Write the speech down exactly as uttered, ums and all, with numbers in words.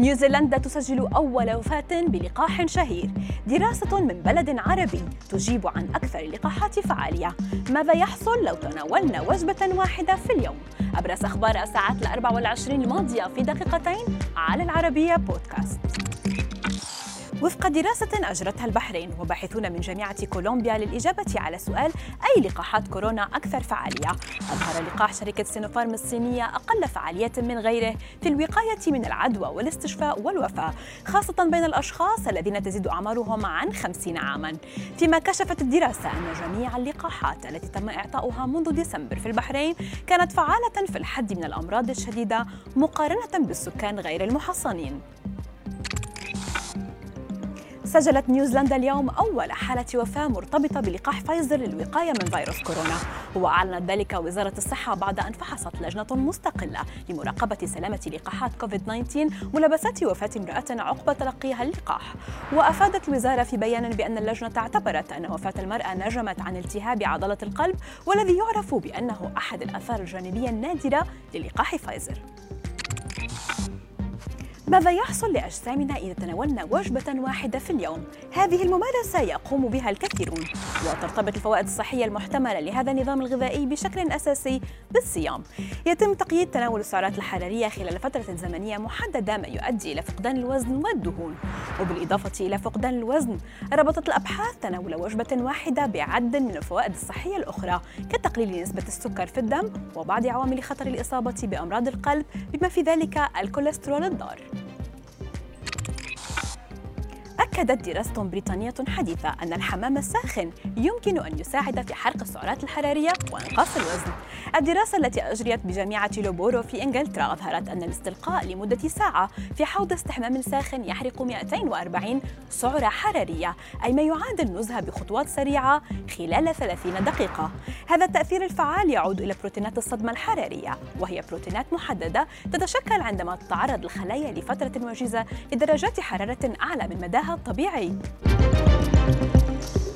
نيوزيلندا تسجل أول وفاة بلقاح شهير. دراسة من بلد عربي تجيب عن أكثر اللقاحات فعالية. ماذا يحصل لو تناولنا وجبة واحدة في اليوم؟ أبرز أخبار الساعات الأربع والعشرين الماضية في دقيقتين على العربية بودكاست. وفق دراسة أجرتها البحرين وباحثون من جامعة كولومبيا للإجابة على سؤال أي لقاحات كورونا أكثر فعالية، أظهر لقاح شركة سينوفارم الصينية أقل فعالية من غيره في الوقاية من العدوى والاستشفاء والوفاة، خاصة بين الأشخاص الذين تزيد أعمارهم عن خمسين عاماً. فيما كشفت الدراسة أن جميع اللقاحات التي تم إعطاؤها منذ ديسمبر في البحرين كانت فعالة في الحد من الأمراض الشديدة مقارنة بالسكان غير المحصنين. سجلت نيوزيلندا اليوم أول حالة وفاة مرتبطة بلقاح فايزر للوقاية من فيروس كورونا، وأعلنت ذلك وزارة الصحة بعد أن فحصت لجنة مستقلة لمراقبة سلامة لقاحات كوفيد تسعة عشر ملابسات وفاة امرأة عقب تلقيها اللقاح. وأفادت الوزارة في بيان بأن اللجنة اعتبرت أن وفاة المرأة نجمت عن التهاب عضلة القلب، والذي يعرف بأنه أحد الآثار الجانبية النادرة للقاح فايزر. ماذا يحصل لأجسامنا إذا تناولنا وجبة واحدة في اليوم؟ هذه الممارسة يقوم بها الكثيرون، وترتبط الفوائد الصحية المحتملة لهذا النظام الغذائي بشكل أساسي بالصيام. يتم تقييد تناول السعرات الحرارية خلال فترة زمنية محددة، ما يؤدي إلى فقدان الوزن والدهون. وبالإضافة إلى فقدان الوزن، ربطت الأبحاث تناول وجبة واحدة بعدد من الفوائد الصحية الأخرى كتقليل نسبة السكر في الدم وبعض عوامل خطر الإصابة بأمراض القلب، بما في ذلك الكوليسترول الضار. أكدت دراسة بريطانية حديثة أن الحمام الساخن يمكن أن يساعد في حرق السعرات الحرارية وإنقاص الوزن. الدراسة التي أجريت بجامعة لوبورو في إنجلترا أظهرت أن الاستلقاء لمدة ساعة في حوض استحمام ساخن يحرق مئتين وأربعين سعرة حرارية، أي ما يعادل نزهة بخطوات سريعة خلال ثلاثين دقيقة. هذا التأثير الفعال يعود إلى بروتينات الصدمة الحرارية، وهي بروتينات محددة تتشكل عندما تتعرض الخلايا لفترة وجيزة لدرجات حرارة أعلى من مداها الطبيعي.